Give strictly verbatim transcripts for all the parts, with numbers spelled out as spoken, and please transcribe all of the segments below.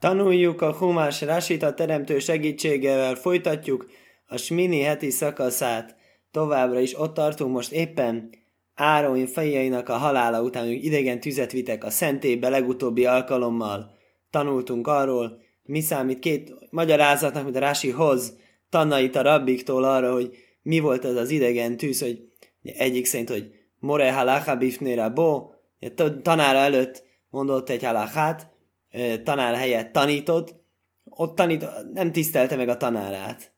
Tanuljuk a Humás Rasit a teremtő segítségével, folytatjuk a Smini heti szakaszát. Továbbra is ott tartunk most éppen Áron fiainak a halála után, hogy idegen tüzet vitek a szentélybe legutóbbi alkalommal. Tanultunk arról, mi számít két magyarázatnak, mint a Rasi hoz tanait a rabbiktól arra, hogy mi volt ez az idegen tűz, hogy egyik szerint, hogy More halacha bifnére bo, tanára előtt mondott egy halachát, tanár helyett tanított, ott tanít, nem tisztelte meg a tanárát.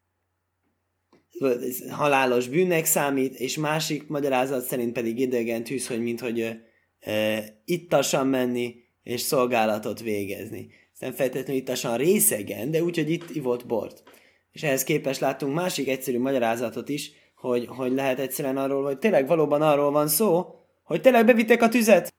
Halálos bűnnek számít, és másik magyarázat szerint pedig idegen tűz, hogy minthogy e, ittasan menni, és szolgálatot végezni. Ez nem feltétlenül ittasan részegen, de úgy, hogy itt ivott bort. És ehhez képest láttunk másik egyszerű magyarázatot is, hogy, hogy lehet egyszerűen arról, hogy tényleg valóban arról van szó, hogy tényleg bevitték a tüzet.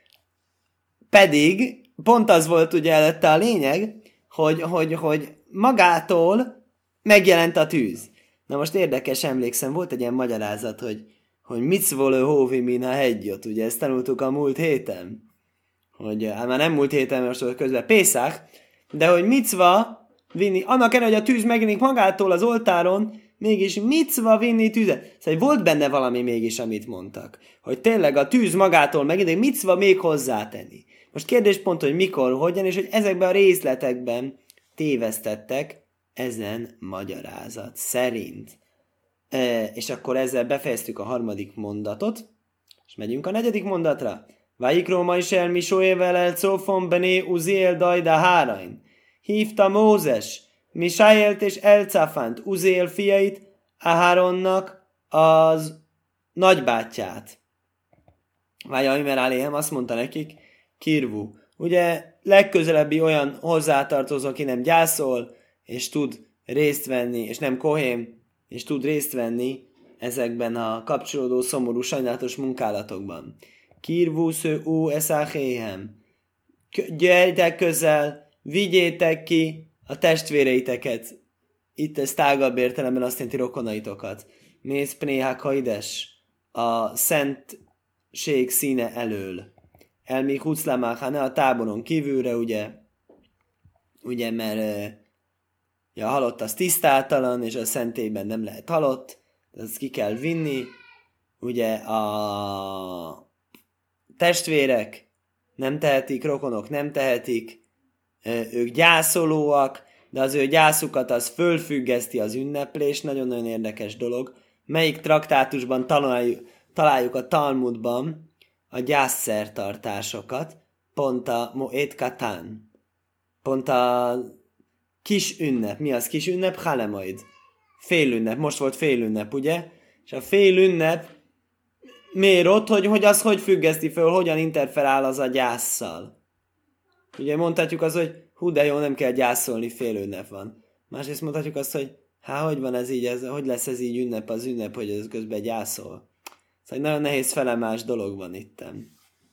Pedig pont az volt ugye előtte a lényeg, hogy, hogy, hogy magától megjelent a tűz. Na most érdekes, emlékszem, volt egy ilyen magyarázat, hogy, hogy mitzvolő hóvi min a hegyot, ugye ezt tanultuk a múlt héten. Hogy, hát már nem múlt héten, most volt közben Pészach, de hogy micva vinni, annak ellenére, hogy a tűz megjelenik magától az oltáron, mégis micva vinni tüzet. Szóval volt benne valami mégis, amit mondtak. Hogy tényleg a tűz magától megjelenik, micva még hozzátenni. Most kérdés pont, hogy mikor, hogyan, és hogy ezekben a részletekben tévesztettek ezen magyarázat szerint. E, és akkor ezzel befejeztük a harmadik mondatot, és megyünk a negyedik mondatra. Vajikról ma is el Misóével el Cófon bené Uziel dajda hárain. Hívta Mózes, Misáélt és Elcáfánt, Uziel fiait, Aharonnak az nagybátyját. Vájaj, mert Aléhem azt mondta nekik, Kirvu. Ugye legközelebbi olyan hozzátartozó, aki nem gyászol, és tud részt venni, és nem kohém, és tud részt venni ezekben a kapcsolódó, szomorú, sajnálatos munkálatokban. Kirvu sző ú eszáhéhem. Gyertek közel, vigyétek ki a testvéreiteket. Itt ez tágabb értelemben azt jelenti rokonaitokat. Mész pnéhák hajdes a szentség színe elől. Elmi huclamáhane a táboron kívülre, ugye, ugye, mert ja, a halott az tisztátalan, és a szentélyben nem lehet halott, ezt ki kell vinni, ugye a testvérek nem tehetik, rokonok nem tehetik, ők gyászolóak, de az ő gyászukat az fölfüggeszti az ünneplés, nagyon-nagyon érdekes dolog. Melyik traktátusban találjuk, találjuk a Talmudban a gyászszertartásokat, pont a Moed Katán, pont a kis ünnep. Mi az kis ünnep? Halemoid. Fél ünnep. Most volt fél ünnep, ugye? És a fél ünnep miért ott, hogy, hogy az hogy függeszti föl, hogyan interferál az a gyásszal. Ugye mondhatjuk azt, hogy hú, de jó, nem kell gyászolni, fél ünnep van. Másrészt mondhatjuk azt, hogy há, hogy van ez így, ez, hogy lesz ez így ünnep az ünnep, hogy ez közben gyászol. Szóval nagyon nehéz felemás dolog van itten.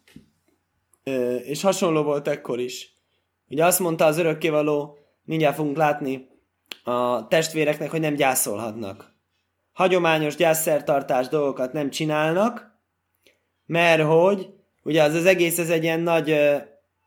Ö, és hasonló volt ekkor is. Ugye azt mondta az örökkévaló, mindjárt fogunk látni a testvéreknek, hogy nem gyászolhatnak. Hagyományos gyászszertartás dolgokat nem csinálnak, mert hogy, ugye az az egész, ez egy ilyen nagy ö,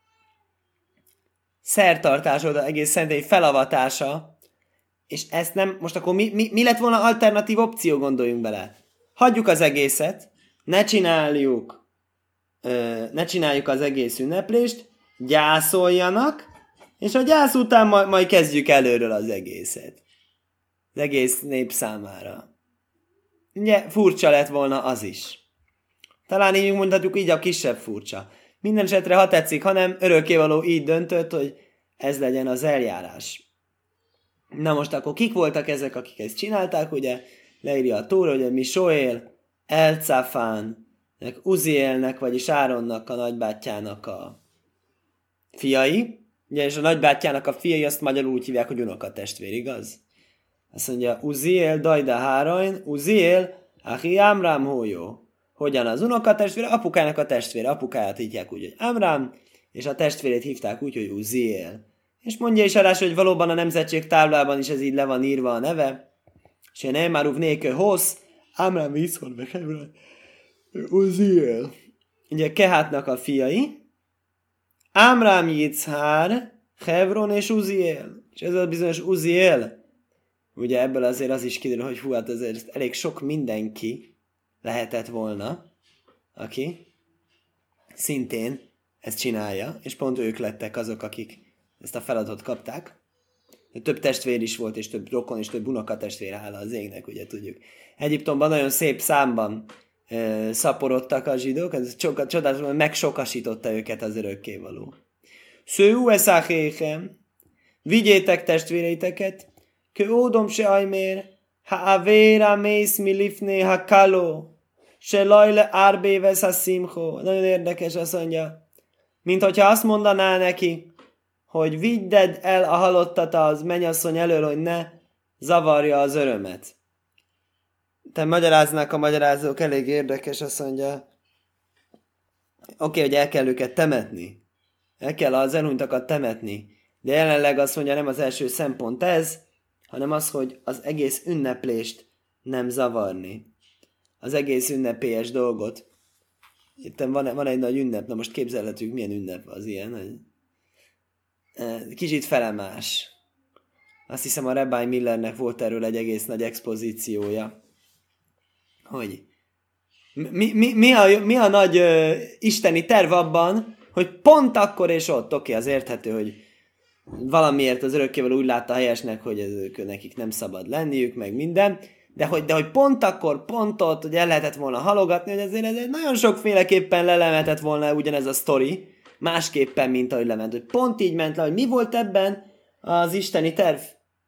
szertartás, az egész szentély felavatása, és ezt nem, most akkor mi, mi, mi lett volna alternatív opció, gondoljunk bele. Hagyjuk az egészet, ne csináljuk, ö, ne csináljuk az egész ünneplést, gyászoljanak, és a gyász után majd, majd kezdjük előről az egészet. Az egész nép számára. Ugye furcsa lett volna az is. Talán így mondhatjuk, így a kisebb furcsa. Minden esetre, ha tetszik, hanem örökkévaló így döntött, hogy ez legyen az eljárás. Na most akkor kik voltak ezek, akik ezt csinálták, ugye? Leírja a Tóra, hogy Misóél, Elcáfán, Uzielnek, vagyis Áronnak, a nagybátyjának a fiai. Ugye, és a nagybátyjának a fiai azt magyarul úgy hívják, hogy unokatestvér, igaz? Azt mondja, Uziel, dajda hárain, Uziel, achi Ámrám hójó. Hogyan az unokatestvér? Apukának a testvére. Apukáját hívják úgy, hogy Ámrám, és a testvérét hívták úgy, hogy Uziel. És mondja is arás, hogy valóban a nemzetség táblában is ez így le van írva a neve. És én nem már nékő hosz, Ámrám vízhol bekevül, Uziel. Ugye Kehátnak a fiai, Ámrám Yitzhár, Hebron és Uziel. És ez a bizonyos Uziel, ugye ebből azért az is kiderül, hogy hú, hát azért elég sok mindenki lehetett volna, aki szintén ezt csinálja, és pont ők lettek azok, akik ezt a feladatot kapták. Több testvér is volt, és több rokon, és több unokatestvér, hála az égnek, ugye tudjuk. Egyiptomban nagyon szép számban e, szaporodtak a zsidók, ez csodálatosan, hogy megsokasította őket az örökkévaló. Sző eszáhékem, vigyétek testvéreiteket, kő ódom se ajmér, ha avéra mész mi lifné ha kaló, se lajle árbé vesz a szimchó. Nagyon érdekes, azt mondja, mint hogyha azt mondaná neki, hogy vidd el a halottat az mennyasszony elől, hogy ne zavarja az örömet. Te magyaráznak a magyarázók, elég érdekes, azt mondja, oké, okay, hogy el kell őket temetni, el kell az elhunytakat temetni, de jelenleg azt mondja, nem az első szempont ez, hanem az, hogy az egész ünneplést nem zavarni. Az egész ünnepélyes dolgot. Itt van, van egy nagy ünnep, na most képzelhetjük, milyen ünnep az ilyen, hogy kicsit felemás. Azt hiszem a Rabbi Millernek volt erről egy egész nagy expozíciója. Hogy mi, mi, mi, a, mi a nagy ö, isteni terv abban, hogy pont akkor és ott, oké, az érthető, hogy valamiért az örökkévaló úgy látta helyesnek, hogy ez, nekik nem szabad lenniük, meg minden, de hogy, de hogy pont akkor, pont ott, hogy el lehetett volna halogatni, hogy ezért ez nagyon sokféleképpen lelemetett volna ugyanez a sztori, másképpen, mint ahogy lement. Hogy pont így ment le, hogy mi volt ebben az isteni terv.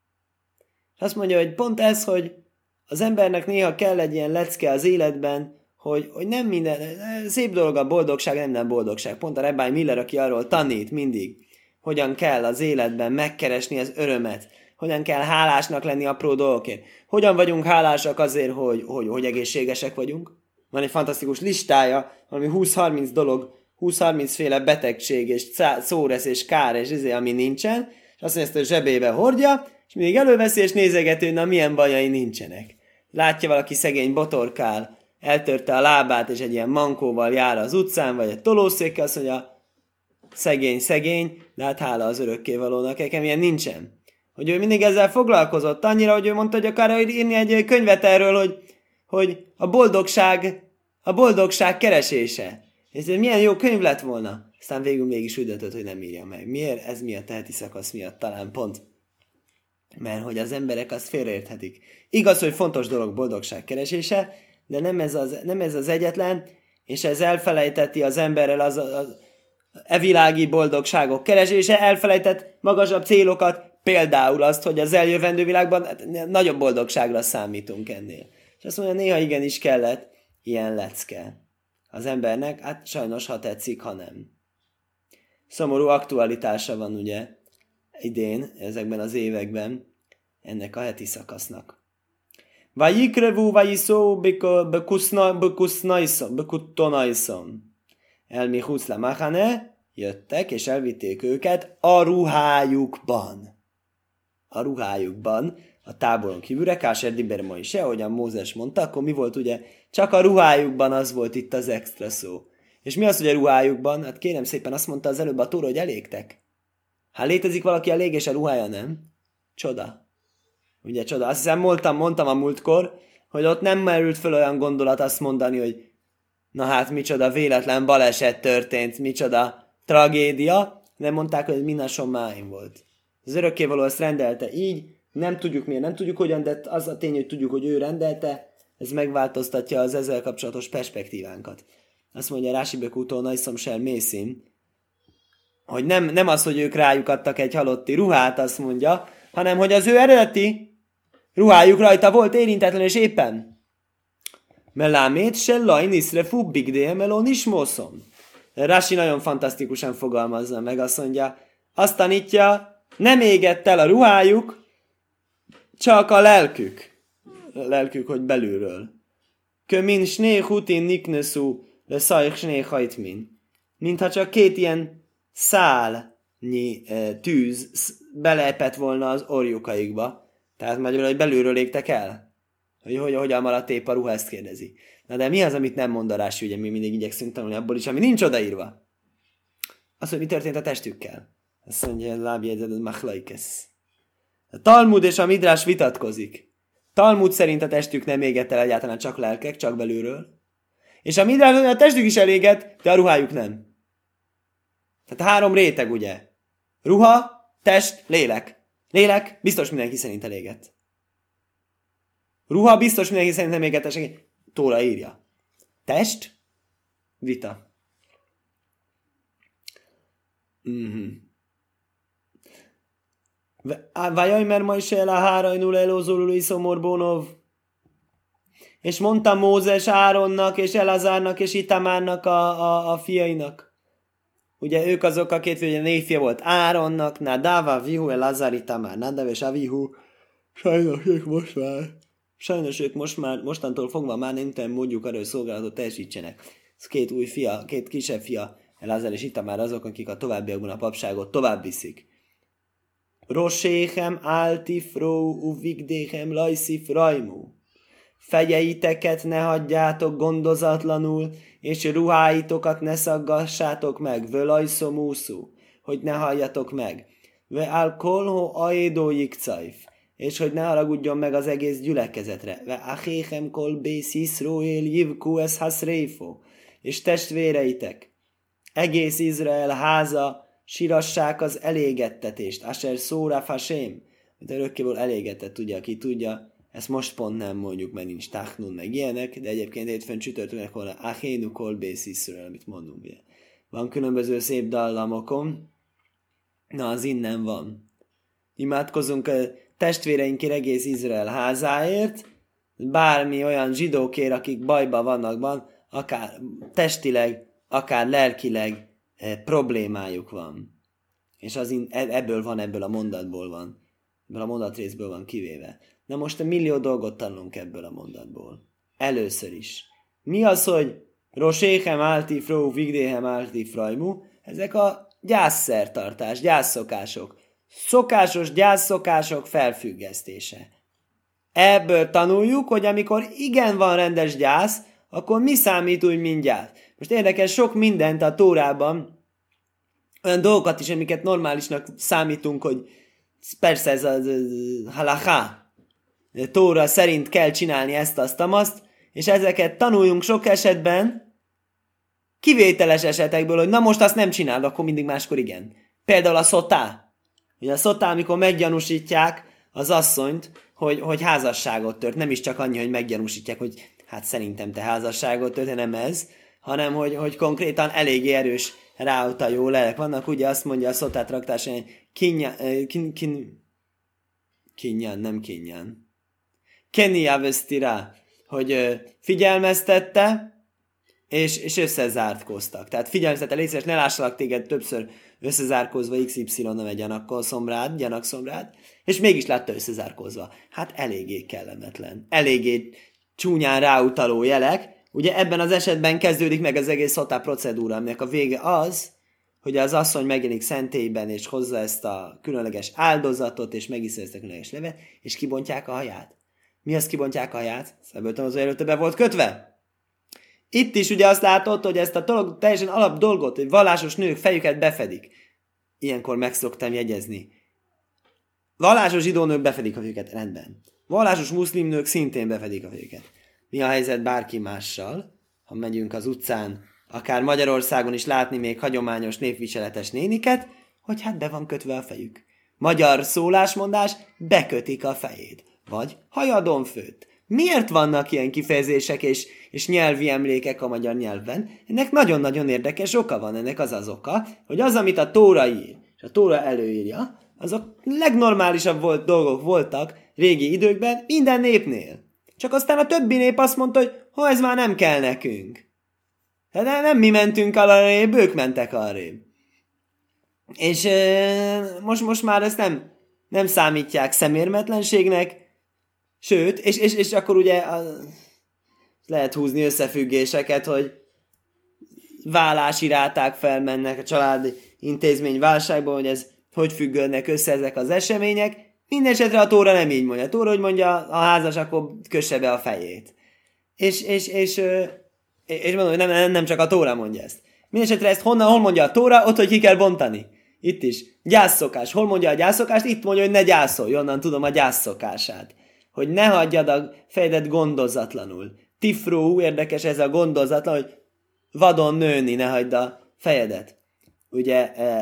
És azt mondja, hogy pont ez, hogy az embernek néha kell egy ilyen lecke az életben, hogy, hogy nem minden, szép dolog a boldogság, nem minden boldogság. Pont a Rabbi Miller, aki arról tanít mindig, hogyan kell az életben megkeresni az örömet, hogyan kell hálásnak lenni apró dolgokért. Hogyan vagyunk hálásak azért, hogy, hogy, hogy egészségesek vagyunk. Van egy fantasztikus listája, valami húsz-harminc dolog, húsz-harminc féle betegség, és szóresz, és kár, és ezért, ami nincsen, és azt mondja, ezt a zsebébe hordja, és mindig előveszi, és nézegető, na milyen bajai nincsenek. Látja valaki szegény botorkál, eltörte a lábát, és egy ilyen mankóval jár az utcán, vagy egy tolószékkel, azt mondja, szegény, szegény, de hát hála az örökkévalónak, nekem ilyen nincsen. Hogy ő mindig ezzel foglalkozott, annyira, hogy ő mondta, hogy akar írni egy könyvet erről, hogy, hogy a boldogság, a boldogság keresése. És ez milyen jó könyv lett volna. Aztán végül mégis úgy döntött, hogy nem írja meg. Miért? Ez miatt, a heti szakasz miatt talán pont. Mert hogy az emberek azt félreérthetik. Igaz, hogy fontos dolog boldogság keresése, de nem ez az, nem ez az egyetlen, és ez elfelejteti az emberrel az, az, az evilági boldogságok keresése, elfelejtett magasabb célokat, például azt, hogy az eljövendő világban nagyobb boldogságra számítunk ennél. És azt mondja, néha igenis kellett ilyen lecke az embernek, hát sajnos, ha tetszik, ha nem. Szomorú aktualitása van ugye idén, ezekben az években ennek a heti szakasznak. Vajikrevu vajiszó bekustonajszon. Elmi huszla machane, jöttek és elvitték őket a ruhájukban. A ruhájukban, a táboron kívülre, Káser Diberma is se, ahogyan Mózes mondta, akkor mi volt ugye? Csak a ruhájukban az volt itt az extra szó. És mi az, hogy a ruhájukban? Hát kérem szépen, azt mondta az előbb a Tóra, hogy elégtek. Hát létezik valaki elég, és a ruhája nem? Csoda. Ugye csoda. Azt hiszem, mondtam, mondtam a múltkor, hogy ott nem merült föl olyan gondolat azt mondani, hogy na hát micsoda véletlen baleset történt, micsoda tragédia, nem mondták, hogy ez minason máim volt. Az örökkévaló ezt rendelte így, nem tudjuk miért, nem tudjuk hogyan, de az a tény, hogy tudjuk, hogy ő rendelte, ez megváltoztatja az ezzel kapcsolatos perspektívánkat. Azt mondja Rási Bekútó Najszom Sel Mészim, hogy nem, nem az, hogy ők rájuk adtak egy halotti ruhát, azt mondja, hanem hogy az ő eredeti ruhájuk rajta volt érintetlen és éppen. Melámét se lajniszre fubbig démelon is moszom. Rási nagyon fantasztikusan fogalmazza meg, azt mondja, azt tanítja, nem égett el a ruhájuk, csak a lelkük. A lelkük, hogy belülről. Kömin sné hutin nikneszú, le szajk sné hajtmin. Mintha csak két ilyen szálnyi e, tűz belepett volna az orjukaikba. Tehát magyarul, hogy belülről égtek el. Hogy, hogy hogyan maradt épp a ruha, ezt kérdezi. Na de mi az, amit nem mond a Rási, ugye mi mindig igyekszünk tanulni abból is, ami nincs odaírva. Az, hogy mi történt a testükkel. Azt mondja, lábjegyzeted machlaikesz. A Talmud és a Midrás vitatkozik. Talmud szerint a testük nem égett el egyáltalán, csak lelkek, csak belülről. És a Midrás mondja, a testük is elégett, de a ruhájuk nem. Tehát három réteg, ugye? Ruha, test, lélek. Lélek biztos mindenki szerint elégett. Ruha biztos mindenki szerint nem égett, Tóra írja. Test, vita. Mhm. Vajajmer ma is el a hárajnul elózolul Szomorbónov. És mondta Mózes Áronnak, és Elazárnak, és Itamárnak a, a, a fiainak. Ugye ők azok a két, ugye négy fia volt Áronnak, Nadav, Avihu, Elazár, Itamár. Nadav és Avihu, sajnos ők most már, sajnos ők most már, mostantól fogva már nem mondjuk arra, hogy szolgálatot teljesítsenek. Ez két új fia, két kisebb fia, Elazár és Itamár azok, akik a továbbiakban a papságot tovább viszik. Roséhem, Altifró, Uvigdéhem, Lajszif, Rajmú. Fejeiteket ne hagyjátok gondozatlanul, és ruháitokat ne szaggassátok meg, völajszomúszú, hogy ne halljatok meg. Ve alkolho aédó jikcaif, és hogy ne haragudjon meg az egész gyülekezetre. Ve achéhem kol bész Iszróél jivku ez haszréfo, és testvéreitek, egész Izrael háza, sírassák az elégettetést. Asher szóra fasém, mint örökkéből elégettet, tudja, aki tudja. Ezt most pont nem mondjuk, mert nincs táchnun meg ilyenek, de egyébként hétfőn csütörtöknek volna achénu kol bész Iszróél, amit mondunk. Ugye. Van különböző szép dallamokon. Na, az innen van. Imádkozunk a testvéreinkért egész Izrael házáért, bármi olyan zsidókért, akik bajban vannak, akár testileg, akár lelkileg problémájuk van. És az in, ebből van, ebből a mondatból van. Ebből a mondatrészből van kivéve. Na most a millió dolgot tanulunk ebből a mondatból. Először is. Mi az, hogy Roséhem álti fró, Vigdéhem álti frajmu? Ezek a gyászszertartás, gyászszokások. Szokásos gyászszokások felfüggesztése. Ebből tanuljuk, hogy amikor igen van rendes gyász, akkor mi számít úgy, mint gyász. Most érdekes, sok mindent a Tórában, olyan dolgokat is, amiket normálisnak számítunk, hogy persze ez a halaká, Tóra szerint kell csinálni ezt, azt, azt, és ezeket tanuljunk sok esetben, kivételes esetekből, hogy na most azt nem csinálod, akkor mindig máskor igen. Például a szotá. Ugye a szotá, amikor meggyanúsítják az asszonyt, hogy, hogy házasságot tört, nem is csak annyi, hogy meggyanúsítják, hogy hát szerintem te házasságot tört, nem ez, hanem hogy, hogy konkrétan eléggé erős ráutaló lelek vannak. Ugye azt mondja a szotá traktásán, kinyan, kin, kin, kinyan, nem kinyan. Kenia veszti rá, hogy figyelmeztette, és, és összezártkoztak. Tehát figyelmeztette, légy szíves, ne lássalak téged többször összezárkózva iksz ipszilon egy gyanakszomrád, gyanakszomrád, és mégis látta összezárkózva. Hát eléggé kellemetlen, eléggé csúnyán ráutaló jelek. Ugye ebben az esetben kezdődik meg az egész szotá procedúra, aminek a vége az, hogy az asszony megjelenik szentélyben, és hozza ezt a különleges áldozatot, és megiszi ezt a különleges levet, és kibontják a haját. Mi az, kibontják a haját? Ebből az előtte be volt kötve. Itt is ugye azt látod, hogy ezt a dolog, teljesen alap dolgot, hogy vallásos nők fejüket befedik. Ilyenkor meg szoktam jegyezni. Vallásos zsidó nők befedik a fejüket, rendben. Vallásos muszlim nők szintén befedik a fejüket. Mi a helyzet bárki mással? Ha megyünk az utcán, akár Magyarországon is látni még hagyományos népviseletes néniket, hogy hát be van kötve a fejük. Magyar szólásmondás, bekötik a fejét. Vagy hajadon főtt. Miért vannak ilyen kifejezések és, és nyelvi emlékek a magyar nyelvben? Ennek nagyon-nagyon érdekes oka van. Ennek az az oka, hogy az, amit a Tóra ír, és a Tóra előírja, azok legnormálisabb volt, dolgok voltak régi időkben minden népnél. Csak aztán a többi nép azt mondta, hogy ha ez már nem kell nekünk. De nem mi mentünk arrébb, ők mentek arrébb. És e, most, most már ezt nem, nem számítják szemérmetlenségnek, sőt, és, és, és akkor ugye a, lehet húzni összefüggéseket, hogy vállási ráták felmennek a családi intézmény válságban, hogy ez hogy függődnek össze ezek az események. Mindenesetre a Tóra nem így mondja. A Tóra, hogy mondja, a házas, akkor kösse be a fejét. És, és, és, és mondom, hogy nem, nem csak a Tóra mondja ezt. Mindenesetre ezt honnan, hol mondja a Tóra? Ott, hogy ki kell bontani. Itt is. Gyászszokás. Hol mondja a gyászszokást? Itt mondja, hogy ne gyászolj. Onnan tudom a gyászszokását. Hogy ne hagyjad a fejedet gondozatlanul. Tifró, érdekes ez a gondozatlan, hogy vadon nőni, ne hagyd a fejedet. Ugye, eh,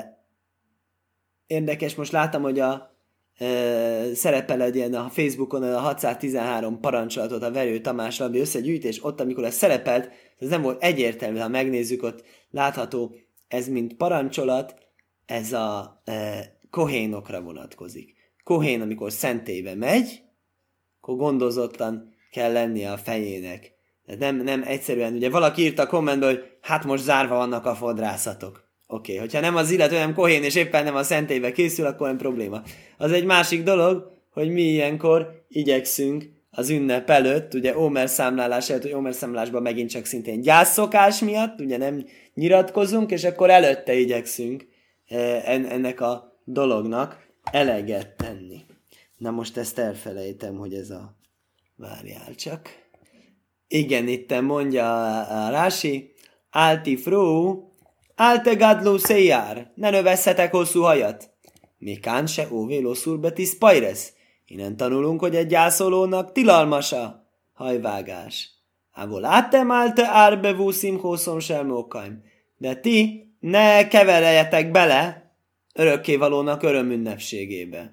érdekes, most láttam, hogy a eh, szerepeled ilyen a Facebookon a hatszáztizenhárom parancsolatot a Verő Tamás Labi összegyűjtés, ott, amikor ez szerepelt, ez nem volt egyértelmű, ha megnézzük, ott látható, ez mint parancsolat, ez a eh, kohénokra vonatkozik. Kohén, amikor szentélybe megy, akkor gondozottan kell lennie a fejének. Tehát nem, nem egyszerűen, ugye valaki írta a kommentbe, hogy hát most zárva vannak a fodrászatok. Oké, okay. Hogyha nem az illető, nem kohén, és éppen nem a szentélybe készül, akkor nem probléma. Az egy másik dolog, hogy mi ilyenkor igyekszünk az ünnep előtt, ugye Ómer számlálás előtt, hogy Ómer számlálásban megint csak szintén gyászszokás miatt, ugye nem nyilatkozunk, és akkor előtte igyekszünk ennek a dolognak eleget tenni. Na most ezt elfelejtem, hogy ez a... Várjál csak. Igen, itt mondja a Rási, Álti fró, Álte gadló széjár, ne növesszetek hosszú hajat. Mikán se óvéló szurbetis pajresz. Innen tanulunk, hogy egy gyászolónak tilalmas a hajvágás. Ávol átem álte árbevúszim hószom selmókaim. De ti ne kevereljetek bele örökkévalónak örömünnepségébe.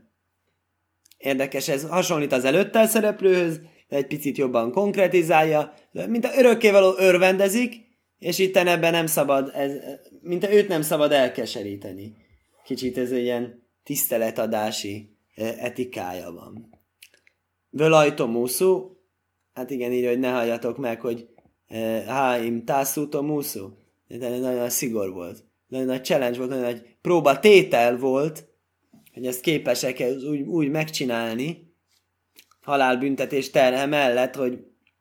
Érdekes, ez hasonlít az előttel szereplőhöz, de egy picit jobban konkretizálja, mint a örökkévaló örvendezik, és itt ebben nem szabad, ez, mint a őt nem szabad elkeseríteni. Kicsit ez ilyen tiszteletadási etikája van. Völajtomúszú, hát igen, így, hogy ne halljatok meg, hogy háim tászútomúszú, de nagyon nagy szigor volt. Nagyon nagy challenge volt, nagyon nagy próbatétel volt, hogy ezt képesek úgy, úgy megcsinálni, halálbüntetés terhe mellett, hogy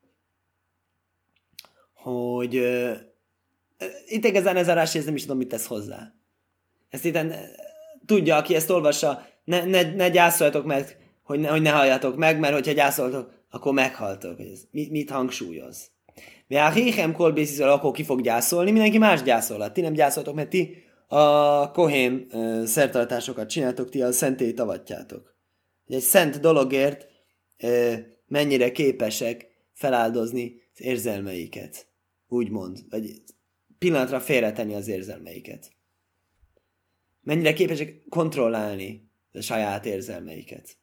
hogy uh, itt igazán ez a rási, ez nem is tudom, mit tesz hozzá. Ezt itt tudja, aki ezt olvassa, ne, ne, ne gyászoljatok meg, hogy ne, hogy ne halljatok meg, mert hogyha gyászoltok, akkor meghaltok. Ez mit, mit hangsúlyoz? Mert ha héhem kolbésziszol, akkor ki fog gyászolni, mindenki más gyászolhat. Ti nem gyászoltok, mert ti a kohén uh, szertartásokat csináltok, ti a szentélyt avatjátok. Egy szent dologért uh, mennyire képesek feláldozni az érzelmeiket. Úgymond. Vagy pillanatra félretenni az érzelmeiket. Mennyire képesek kontrollálni a saját érzelmeiket.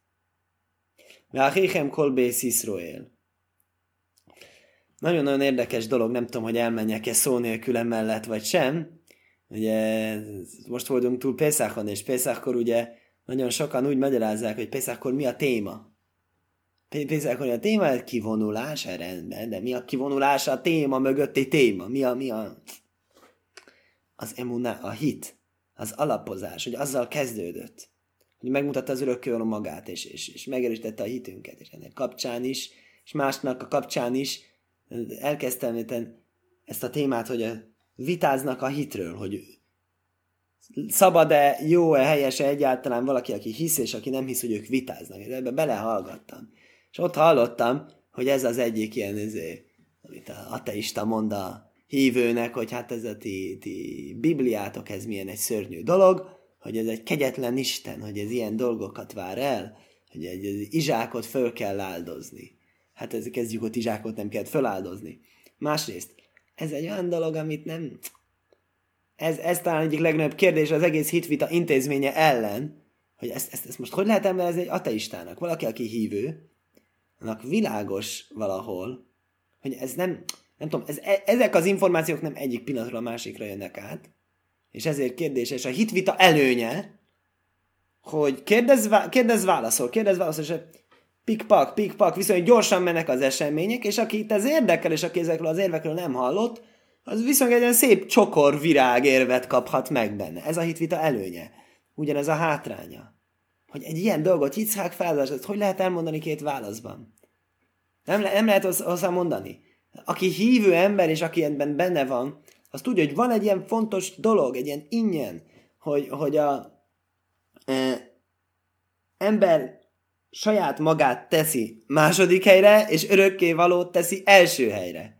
Váhéhem kolbész Iszroél. Nagyon-nagyon érdekes dolog, nem tudom, hogy elmenjek-e szó nélkül emellett, vagy sem. Ugye most voltunk túl Pészákon, és Pészákkor ugye nagyon sokan úgy magyarázzák, hogy Pészákkor mi a téma. Pészákkor a téma, a kivonulás, rendben, de mi a kivonulás a téma mögötti téma? Mi a, mi a... Az emuná, a hit, az alapozás, hogy azzal kezdődött. Hogy megmutatta az örökkévaló magát, és, és, és megerősítette a hitünket, és ennek kapcsán is, és másnak a kapcsán is elkezdtem ezt a témát, hogy a, vitáznak a hitről, hogy szabad-e, jó-e, helyes-e egyáltalán valaki, aki hisz, és aki nem hisz, hogy ők vitáznak. Ebbe belehallgattam. És ott hallottam, hogy ez az egyik ilyen, ezért, amit az ateista mond a hívőnek, hogy hát ez a ti, ti bibliátok, ez milyen egy szörnyű dolog, hogy ez egy kegyetlen Isten, hogy ez ilyen dolgokat vár el, hogy egy, egy izsákot föl kell áldozni. Hát ez kezdjük, hogy izsákot nem kell föláldozni. Másrészt, ez egy olyan dolog, amit nem... Ez, ez talán egyik legnagyobb kérdés az egész hitvita intézménye ellen, hogy ezt, ezt, ezt most hogy lehet emelezni egy ateistának? Valaki, aki hívő, annak világos valahol, hogy ez nem... Nem tudom, ez, ezek az információk nem egyik pillanatról a másikra jönnek át, és ezért kérdéses a hitvita előnye, hogy kérdez, kérdez válaszol, kérdez válaszol, és pik-pak, pik-pak, viszonylag gyorsan mennek az események, és aki itt ez érdekel, és aki ezekről az érvekről nem hallott, az viszonylag egy ilyen szép csokor virág érvet kaphat meg benne. Ez a hitvita előnye. Ugyanez a hátránya. Hogy egy ilyen dolgot Yitzhák felázás, ezt hogy lehet elmondani két válaszban? Nem, le, nem lehet hozzá mondani. Aki hívő ember, és aki ebben benne van, az tudja, hogy van egy ilyen fontos dolog, egy ilyen ingyen, hogy, hogy a e, ember saját magát teszi második helyre, és örökkévalót teszi első helyre.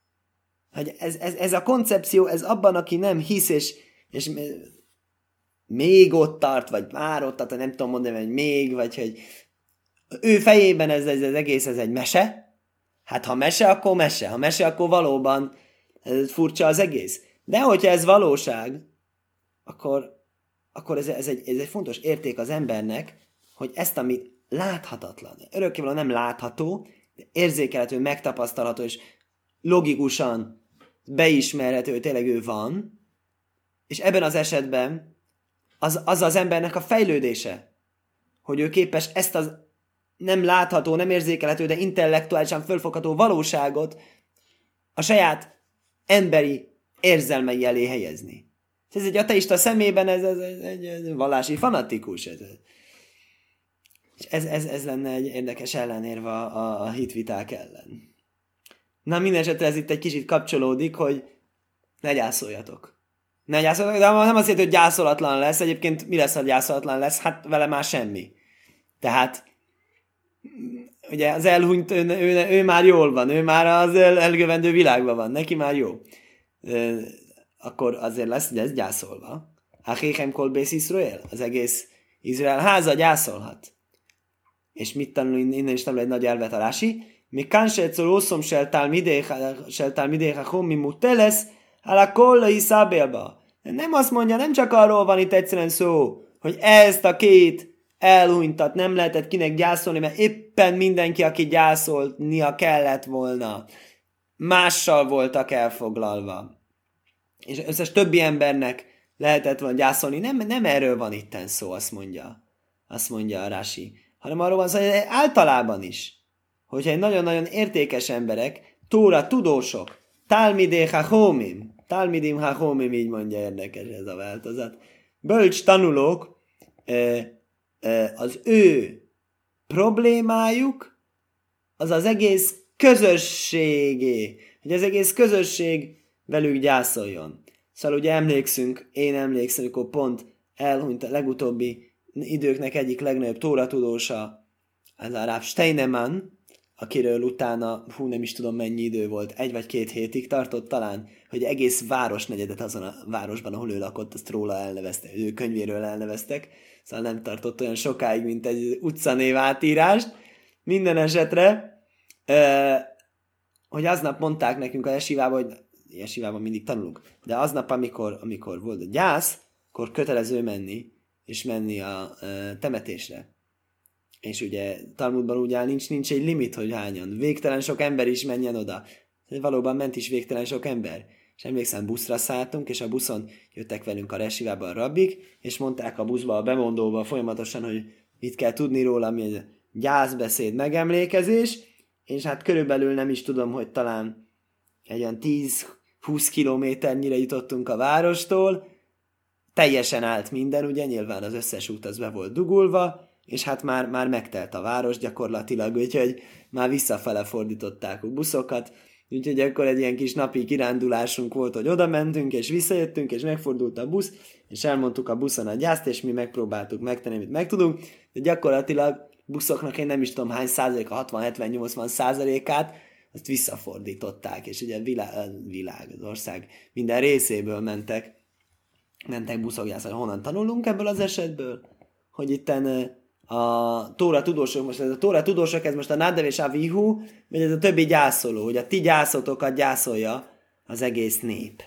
Hogy ez, ez, ez a koncepció, ez abban, aki nem hisz, és, és még ott tart, vagy már ott tart, vagy nem tudom mondani, hogy még, vagy hogy ő fejében ez, ez az egész, ez egy mese. Hát ha mese, akkor mese. Ha mese, akkor valóban furcsa az egész. De hogyha ez valóság, akkor, akkor ez, ez, egy, ez egy fontos érték az embernek, hogy ezt, amit láthatatlan, örökkévaló nem látható, de érzékelhető, megtapasztalható, és logikusan beismerhető, hogy tényleg ő van, és ebben az esetben az az, az embernek a fejlődése, hogy ő képes ezt az nem látható, nem érzékelhető, de intellektuálisan fölfogható valóságot a saját emberi érzelmei elé helyezni. Ez egy ateista szemében ez, ez, ez egy ez vallási fanatikus. Ez, ez, ez, ez lenne egy érdekes ellenérve a, a, a hitviták ellen. Na, minden esetre ez itt egy kicsit kapcsolódik, hogy ne gyászoljatok. Ne gyászoljatok, de nem azt jelenti, hogy gyászolatlan lesz. Egyébként mi lesz, ha gyászolatlan lesz? Hát vele már semmi. Tehát ugye az elhunyt, ő, ő, ő már jól van, ő már az elgövendő világban van, neki már jó. Ö, akkor azért lesz, hogy ez gyászolva. Achéchem kol bész Iszrael, az egész Izrael háza gyászolhat. És mit tanul, innen is tanul egy nagy elvet a Rási? Mi kánsetszor oszom seltál midéha homi mutelesz, ala kolla iszábélba. Nem azt mondja, nem csak arról van itt egyszerűen szó, hogy ezt a két elhunytat nem lehetett kinek gyászolni, mert éppen mindenki, aki gyászolnia kellett volna, mással voltak elfoglalva. És összes többi embernek lehetett volna gyászolni. Nem, nem erről van itten szó, azt mondja. Azt mondja a Rási. Hanem arról van szó, hogy általában is. Hogyha egy nagyon-nagyon értékes emberek, tóra tudósok, talmidé hachomim, talmidim hachomim, így mondja, érdekes ez a változat. Bölcs tanulók, az ő problémájuk az az egész közösségé, hogy az egész közösség velük gyászoljon. Szóval ugye emlékszünk, én emlékszem, amikor pont elhunyt a legutóbbi időknek egyik legnagyobb tóratudósa, az a Rav Steinemann, akiről utána, hú, nem is tudom mennyi idő volt, egy vagy két hétig tartott talán, hogy egész városnegyedet azon a városban, ahol ő lakott, azt róla elneveztek, ő könyvéről elneveztek, szóval nem tartott olyan sokáig, mint egy utcanév átírást. Minden esetre, hogy aznap mondták nekünk a esivában, hogy esivában mindig tanulunk, de aznap, amikor, amikor volt a gyász, akkor kötelező menni, és menni a temetésre. És ugye Talmudban úgy áll, nincs, nincs egy limit, hogy hányan. Végtelen sok ember is menjen oda. Valóban ment is végtelen sok ember. És emlékszem, buszra szálltunk, és a buszon jöttek velünk a resivába a rabbik, és mondták a buszba, a bemondóba folyamatosan, hogy mit kell tudni róla, mi egy gyászbeszéd, megemlékezés, és hát körülbelül nem is tudom, hogy talán egy olyan tíz-húsz kilométernyire jutottunk a várostól, teljesen állt minden, ugye nyilván az összes út az be volt dugulva, és hát már, már megtelt a város gyakorlatilag, úgyhogy már visszafele fordították a buszokat, úgyhogy akkor egy ilyen kis napi kirándulásunk volt, hogy oda mentünk, és visszajöttünk, és megfordult a busz, és elmondtuk a buszon a gyászt, és mi megpróbáltuk megtenni, amit megtudunk, de gyakorlatilag buszoknak én nem is tudom hány százaléka, hatvan hetven nyolcvan százalékát, azt visszafordították, és ugye a világ, világ, az ország minden részéből mentek, mentek buszok gyászolni. Honnan tanulunk ebből az esetből? Hogy itten a Tóra tudósok, most ez a Tóra tudósok, ez most a Nadav és Avihu, vagy ez a többi gyászoló, hogy a ti gyászotokat gyászolja az egész nép.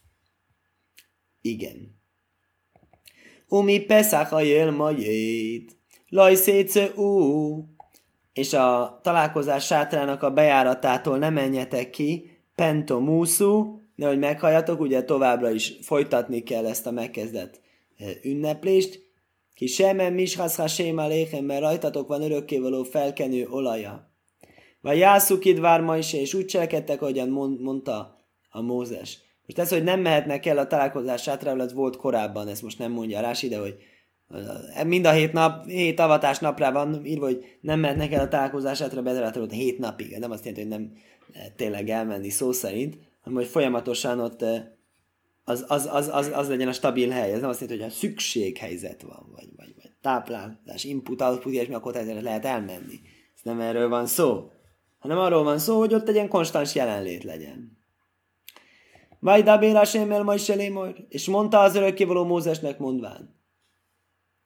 Igen. Umi Pesach a jél majét, lajszéce ú, és a találkozás sátrának a bejáratától ne menjetek ki, pentomúszú, nehogy meghalljatok, ugye továbbra is folytatni kell ezt a megkezdett ünneplést, ki semen mishasz hasém aléhem, mert rajtatok van örökkévaló felkenő olaja. Vagy jászuk idvár ma is, és úgy cselekedtek, ahogyan mondta a Mózes. Most ez, hogy nem mehetnek el a találkozás sátrával, ez volt korábban, ezt most nem mondja Rási, de hogy mind a hét nap, hét avatás napra van írva, hogy nem mehetnek el a találkozás sátra, bezárhatod hét napig. Nem azt jelenti, hogy nem tényleg elmenni szó szerint, hanem hogy folyamatosan ott az, az, az, az, az legyen a stabil hely. Ez nem azt jelenti, hogy ha szükséghelyzet van, vagy, vagy, vagy táplálás, input, output, és mi akkor lehet elmenni. Ez nem erről van szó, hanem arról van szó, hogy ott egy ilyen konstans jelenlét legyen. Vajdabér Hashem el Mojse lémor, és mondta az örökkévaló Mózesnek mondván,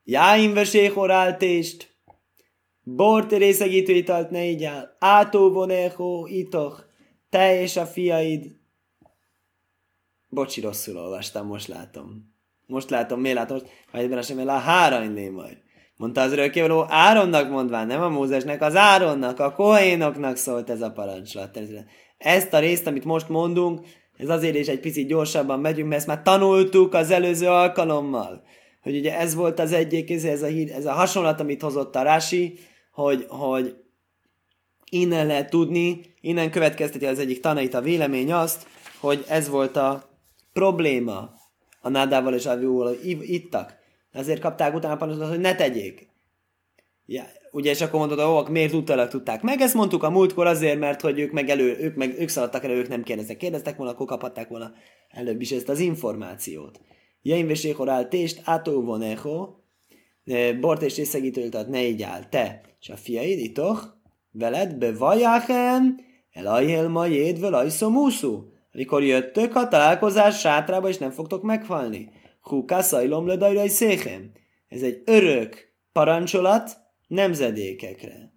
Jáim veséhoráltést, bort részegítő italt ne igyál, átó vonéhó itoch, te és a fiaid. Bocsi, rosszul olvastam, most látom. Most látom, miért látom? Most, ha egyben sem el a hárajnlé majd. Mondta az örökkévaló Áronnak mondván, nem a Mózesnek, az Áronnak, a Kohénoknak szólt ez a parancsolat. Ezt a részt, amit most mondunk, ez azért is egy picit gyorsabban megyünk, mert ezt már tanultuk az előző alkalommal. Hogy ugye ez volt az egyik, ez a, hír, ez a hasonlat, amit hozott a Rási, hogy, hogy innen lehet tudni, innen következteti az egyik tanait a vélemény azt, hogy ez volt a probléma a Nádával és Aviúval, hogy ittak. Ezért kapták utána parancsot, hogy ne tegyék. Ja, ugye, és akkor mondod, hogy miért utólag tudták meg. Ezt mondtuk a múltkor azért, mert hogy ők meg elő, ők, meg, ők szaladtak elő, ők nem kérdeztek. Kérdeztek volna, akkor kaphatták volna előbb is ezt az információt. Jaim véséhorál tést, átó voneho, bort és részegítőltat ne igyál, te és a fiaid, itoch, veled bevajáchen, elajhél majéd, velajszomúszú. Amikor jöttök a találkozás sátrába, és nem fogtok meghalni. Húká szajlom ledajrai széchem. Ez egy örök parancsolat nemzedékekre.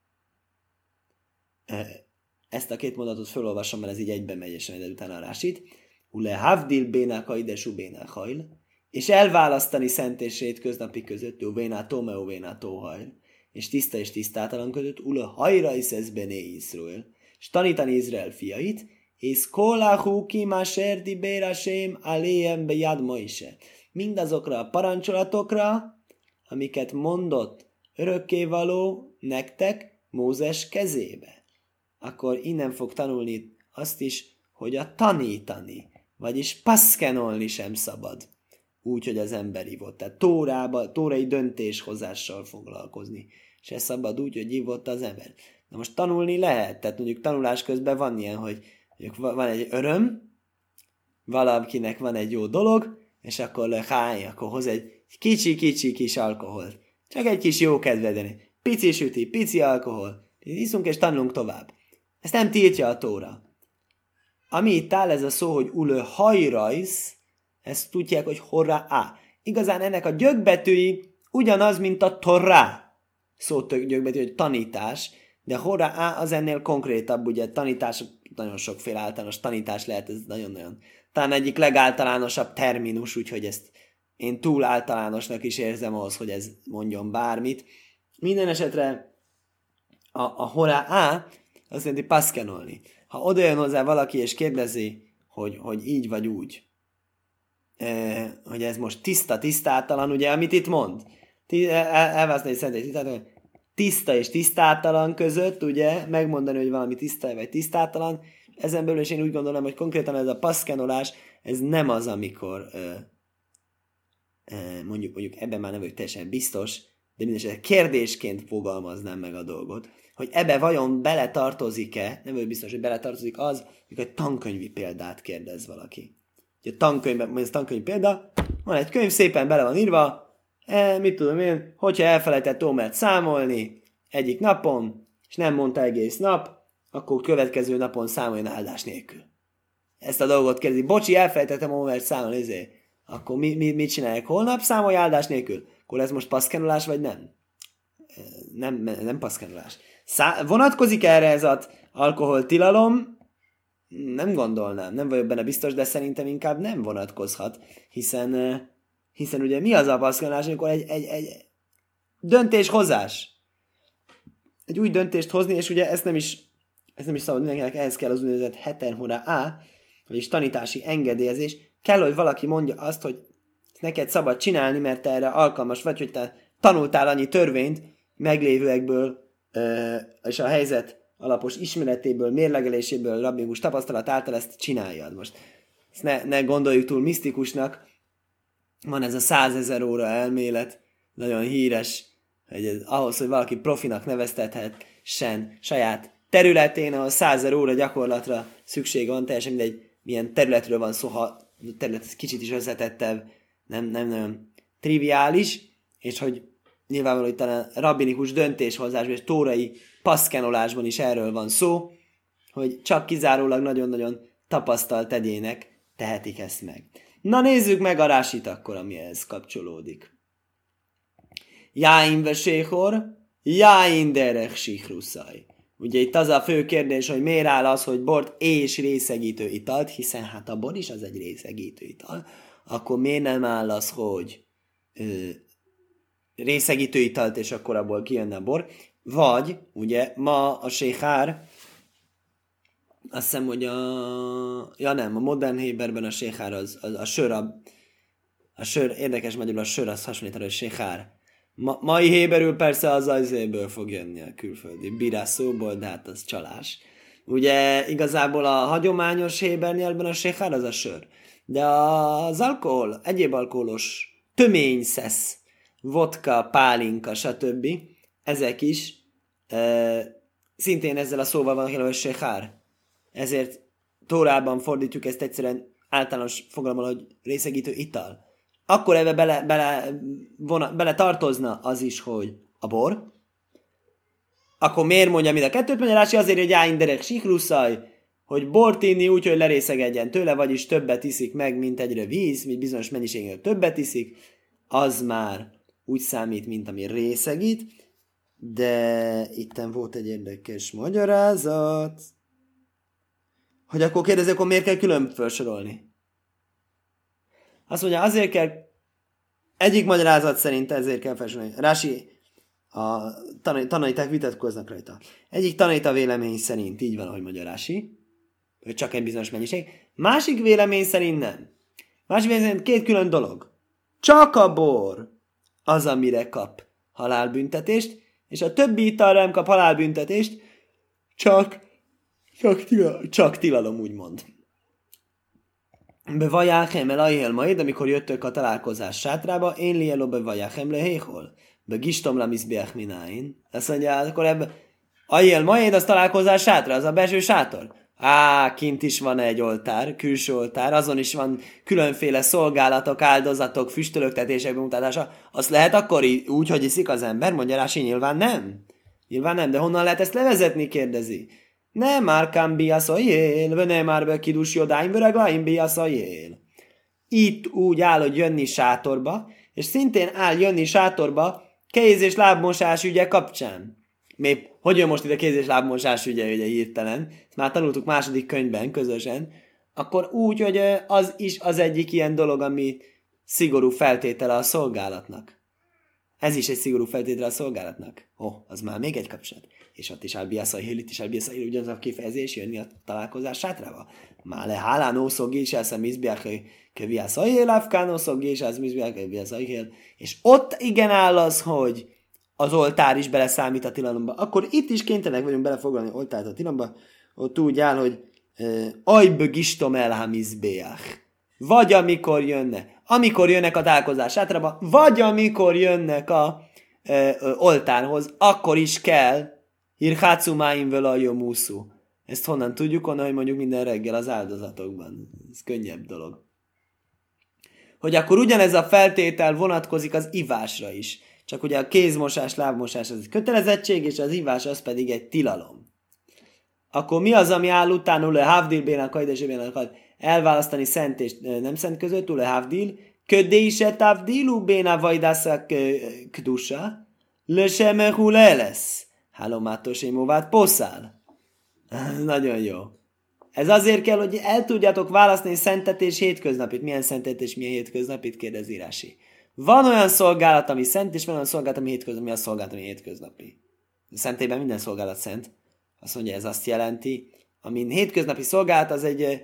Ezt a két mondatot felolvasom, mert ez így egyben megy, és majd utána a Rásit. Ule havdil bénák haidesú bénák hajl. És elválasztani szent és hétköznapi között, uvéná tome, uvéná tóhajl. És tiszta és tisztátalan között, ule hajra is ez bené Iszruel. És tanítani Izrael fiait, és koláhú kimáser di bérasém aléjem bejad Moise. Mindazokra a parancsolatokra, amiket mondott örökkévaló nektek Mózes kezébe. Akkor innen fog tanulni azt is, hogy a tanítani, vagyis paszkenolni sem szabad. Úgy, hogy az ember ivott. Tehát tórába, tórai döntéshozással foglalkozni. Se szabad úgy, hogy ivott az ember. Na most tanulni lehet. Tehát mondjuk tanulás közben van ilyen, hogy mondjuk van egy öröm, valakinek van egy jó dolog, és akkor lehány, akkor hoz egy kicsi-kicsi kis alkoholt. Csak egy kis jó kedvedeni. Pici süti, pici alkohol. Iszunk és tanulunk tovább. Ezt nem tiltja a Tóra. Ami itt áll, ez a szó, hogy ulő hajrajsz, ezt tudják, hogy horra á. Igazán ennek a gyökbetűi ugyanaz, mint a torrá. Szó gyökbetű, hogy tanítás, de horra á az ennél konkrétabb, ugye tanítás, nagyon sokféle általános tanítás lehet, ez nagyon-nagyon. Talán egyik legáltalánosabb terminus, úgyhogy ezt én túl általánosnak is érzem ahhoz, hogy ez mondjon bármit. Minden esetre a, a horá á azt jelenti paszkenolni. Ha oda jön hozzá valaki és kérdezi, hogy, hogy így vagy úgy, eh, hogy ez most tiszta, tisztátalan, ugye, amit itt mond. Elválasztani szerintem tiszta és tisztátalan között, ugye, megmondani, hogy valami tiszta vagy tisztátalan. Ezen belül is én úgy gondolom, hogy konkrétan ez a paszkenolás, ez nem az, amikor eh, eh, mondjuk, mondjuk ebben már nem vagyok teljesen biztos, de mindesetre kérdésként fogalmaznám meg a dolgot, hogy ebbe vajon beletartozik-e, nem vagyok biztos, hogy beletartozik az, hogy egy tankönyvi példát kérdez valaki. Ugye tankönyvben, mondjuk ez tankönyvi példa, van egy könyv, szépen bele van írva, e, mit tudom én, hogyha elfelejtett Ómert számolni egyik napon, és nem mondta egész nap, akkor következő napon számoljon áldás nélkül. Ezt a dolgot kérdezi, bocsi, elfelejtettem Ómert számolni, ezért. Akkor mi, mi, mit csinálják? Holnap számolj áldás nélkül? Akkor ez most paszkenolás, vagy nem? Nem, nem paszkenolás. Szá- vonatkozik erre ez az alkoholtilalom? Nem gondolnám, nem vagyok benne biztos, de szerintem inkább nem vonatkozhat, hiszen, hiszen ugye mi az a paszkenolás, amikor egy, egy, egy döntéshozás. Egy új döntést hozni, és ugye ezt nem is, ezt nem is szabad mindenkinek, ehhez kell az úgynevezett hetenhora á, vagyis tanítási engedélyezés. Kell, hogy valaki mondja azt, hogy neked szabad csinálni, mert te erre alkalmas vagy, hogy te tanultál annyi törvényt meglévőekből, és a helyzet alapos ismeretéből, mérlegeléséből, rabbinikus tapasztalat által ezt csináljad. Most ezt ne, ne gondoljuk túl misztikusnak. Van ez a százezer óra elmélet, nagyon híres, hogy ez, ahhoz, hogy valaki profinak neveztethessen saját területén, ahol százezer óra gyakorlatra szükség van, teljesen mindegy, milyen területről van szó, ha a terület kicsit is összetettebb, nem, nem nagyon triviális, és hogy nyilvánvaló, hogy talán rabbinikus döntéshozásban és tórai paszkenolásban is erről van szó, hogy csak kizárólag nagyon-nagyon tapasztalt egyének tehetik ezt meg. Na nézzük meg a rásit akkor, ami ehhez kapcsolódik. Jáin veséhor, jáin derech sikruszaj. Ugye itt az a fő kérdés, hogy miért áll az, hogy bort és részegítő italt, hiszen hát a bor is az egy részegítő ital, akkor miért nem áll az, hogy ö, részegítő italt, és akkor abból kijönne a bor, vagy, ugye, ma a séhár, azt hiszem, hogy a... Ja nem, a modern héberben a séhár az, az a sör, a, a sör, érdekes magyarul a sör, az hasonlít, hogy séhár. Ma, mai héberül persze az azéből fog jönni a külföldi birá szóból, de hát az csalás. Ugye igazából a hagyományos héber nyelvben a séhár az a sör. De az alkohol, egyéb alkoholos tömény szesz, vodka, pálinka, stb. Ezek is e, szintén ezzel a szóval van, hogy séhár. Ezért Tórában fordítjuk ezt egyszerűen általános fogalommal, hogy részegítő ital. Akkor ebbe bele, bele, vona, bele tartozna az is, hogy a bor. Akkor miért mondja mind a kettőt? Mondja Rási azért, hogy áin derek sikruszaj, hogy bort inni úgy, hogy lerészegedjen tőle, vagyis többet iszik meg, mint egyre víz, mint bizonyos mennyiségnél többet iszik, az már úgy számít, mint ami részegít, de itten volt egy érdekes magyarázat, hogy akkor kérdezik, akkor miért kell külön felsorolni? Azt mondja, azért kell, egyik magyarázat szerint ezért kell felsorolni. Rási, a tanaiták vitatkoznak rajta. Egyik tanita vélemény szerint így van, ahogy mondja Rási, hogy csak egy bizonyos mennyiség. Másik vélemény szerint nem. Másik vélemény szerint két külön dolog. Csak a bor az, amire kap halálbüntetést, és a többi italra nem kap halálbüntetést, csak, csak, tilalom, csak tilalom, úgymond. Be vajáchem el ajél majd, amikor jöttök a találkozás sátrába, én lieló be vajáchem le héhol. Be gistom la mizbeach mináin. Azt mondja, akkor ebbe ajél majd, az találkozás sátra, az a belső sátor. Á, kint is van egy oltár, külső oltár, azon is van különféle szolgálatok, áldozatok, füstölöktetések bemutatása. Azt lehet akkor úgy, hogy iszik az ember? Mondja Rási, nyilván nem. Nyilván nem, de honnan lehet ezt levezetni, kérdezi. Nem már kám biaszajél, vagy nem már be kidus jodáim, vöregláim biaszajél. Itt úgy áll, hogy jönni sátorba, és szintén áll jönni sátorba kéz- és lábmosás ügye kapcsán. Még hogy jön most ide kéz- és lábmosás ügye, ugye hirtelen, ezt már tanultuk második könyvben közösen, akkor úgy, hogy az is az egyik ilyen dolog, ami szigorú feltétele a szolgálatnak. Ez is egy szigorú feltétele a szolgálatnak. Ó, oh, az már még egy kapcsolat. És ott is álbiaszajél, itt is álbiaszajél, ugyanaz a kifejezés jönni a találkozás sátrába. Már le hálán ószog és elsz a mizbiach keviaszajél, afkán ószog és elsz mizbiach keviaszajél. És ott igen áll az, hogy az oltár is beleszámít a tilalomba. Akkor itt is kénytelenek vagyunk belefoglalni oltárt a tilalomba. Ott úgy áll, hogy ajbö gistom el ha mizbeach. Vagy amikor jönne. Amikor jönnek a találkozás sátrába, vagy amikor jönnek a ö, ö, oltárhoz, akkor is kell hirhácumáim vele a jomuszú. Ezt honnan tudjuk? Onnan, hogy mondjuk minden reggel az áldozatokban. Ez könnyebb dolog. Hogy akkor ugyanez a feltétel vonatkozik az ivásra is. Csak ugye a kézmosás, lábmosás az egy kötelezettség, és az ivás az pedig egy tilalom. Akkor mi az, ami áll utána, le havdil bénál kajdesébénál elválasztani szent és nem szent között, le havdil, ködése tavdilu bénál vajdásza kdusa, le semehu lesz. Hálomátos émovát poszál. Nagyon jó. Ez azért kell, hogy el tudjátok választani szentet és hétköznapit. Milyen szentet és milyen hétköznapit, kérdez írási. Van olyan szolgálat, ami szent, és van olyan szolgálat, ami hétköznapi. Mi a szolgálat, ami hétköznapi? A szentében minden szolgálat szent. Azt mondja, ez azt jelenti, ami hétköznapi szolgálat, az egy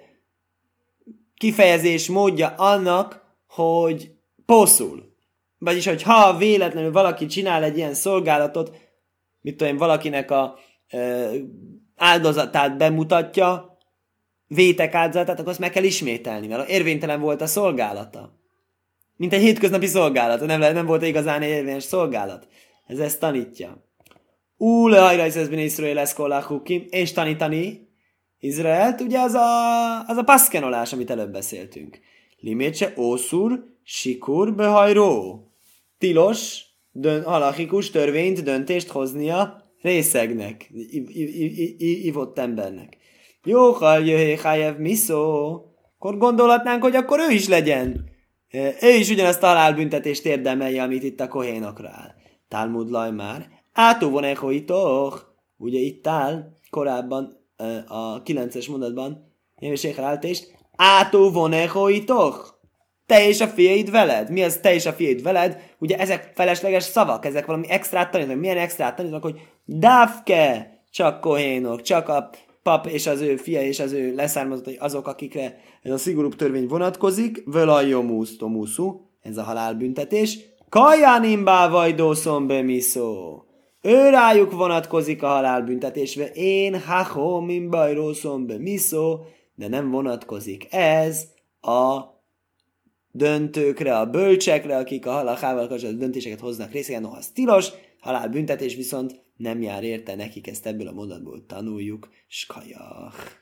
kifejezés módja annak, hogy poszul. Vagyis, hogy ha véletlenül valaki csinál egy ilyen szolgálatot, mit tudom én, valakinek a e, áldozatát bemutatja, vétek áldozatát, akkor azt meg kell ismételni, mert érvénytelen volt a szolgálata. Mint egy hétköznapi szolgálat, nem, nem volt igazán egy érvényes szolgálat. Ez ezt tanítja. Ú, lehajra is ez benne Iszrael eszkoláhukim, és tanítani Izraelt, ugye az a, az a paszkenolás, amit előbb beszéltünk. Limétse ószur, sikur, behajró. Tilos, dön, halachikus törvényt, döntést hoznia részegnek, ivott embernek. Jó, jöjjé, hájev, miszó. Akkor gondolhatnánk, hogy akkor ő is legyen. Ő is ugyanazt a halálbüntetést érdemelje, amit itt a kohénokra áll. Talmud laj már. Átó von echoitoch. Ugye itt áll korábban a kilences mondatban, Jémi Sécher általést, Átó von echoitoch. Te és a fiaid veled. Mi az te és a fiaid veled? Ugye ezek felesleges szavak, ezek valami extrát tanítanak. Milyen extrát tanítanak, hogy dávke, csak kohénok, csak a pap és az ő fia és az ő leszármazottai azok, akikre ez a szigorúbb törvény vonatkozik. Völajjomusz tomuszu, ez a halálbüntetés. Kajanim bávajdószom bemiszó. Ő rájuk vonatkozik a halálbüntetésre. Én hachomim bajrószom bemiszó, de nem vonatkozik ez a döntőkre, a bölcsekre, akik a halálával kapcsolatban döntéseket hoznak részegen, noha az tilos, halálbüntetés viszont nem jár érte nekik, ezt ebből a mondatból tanuljuk. Skajach.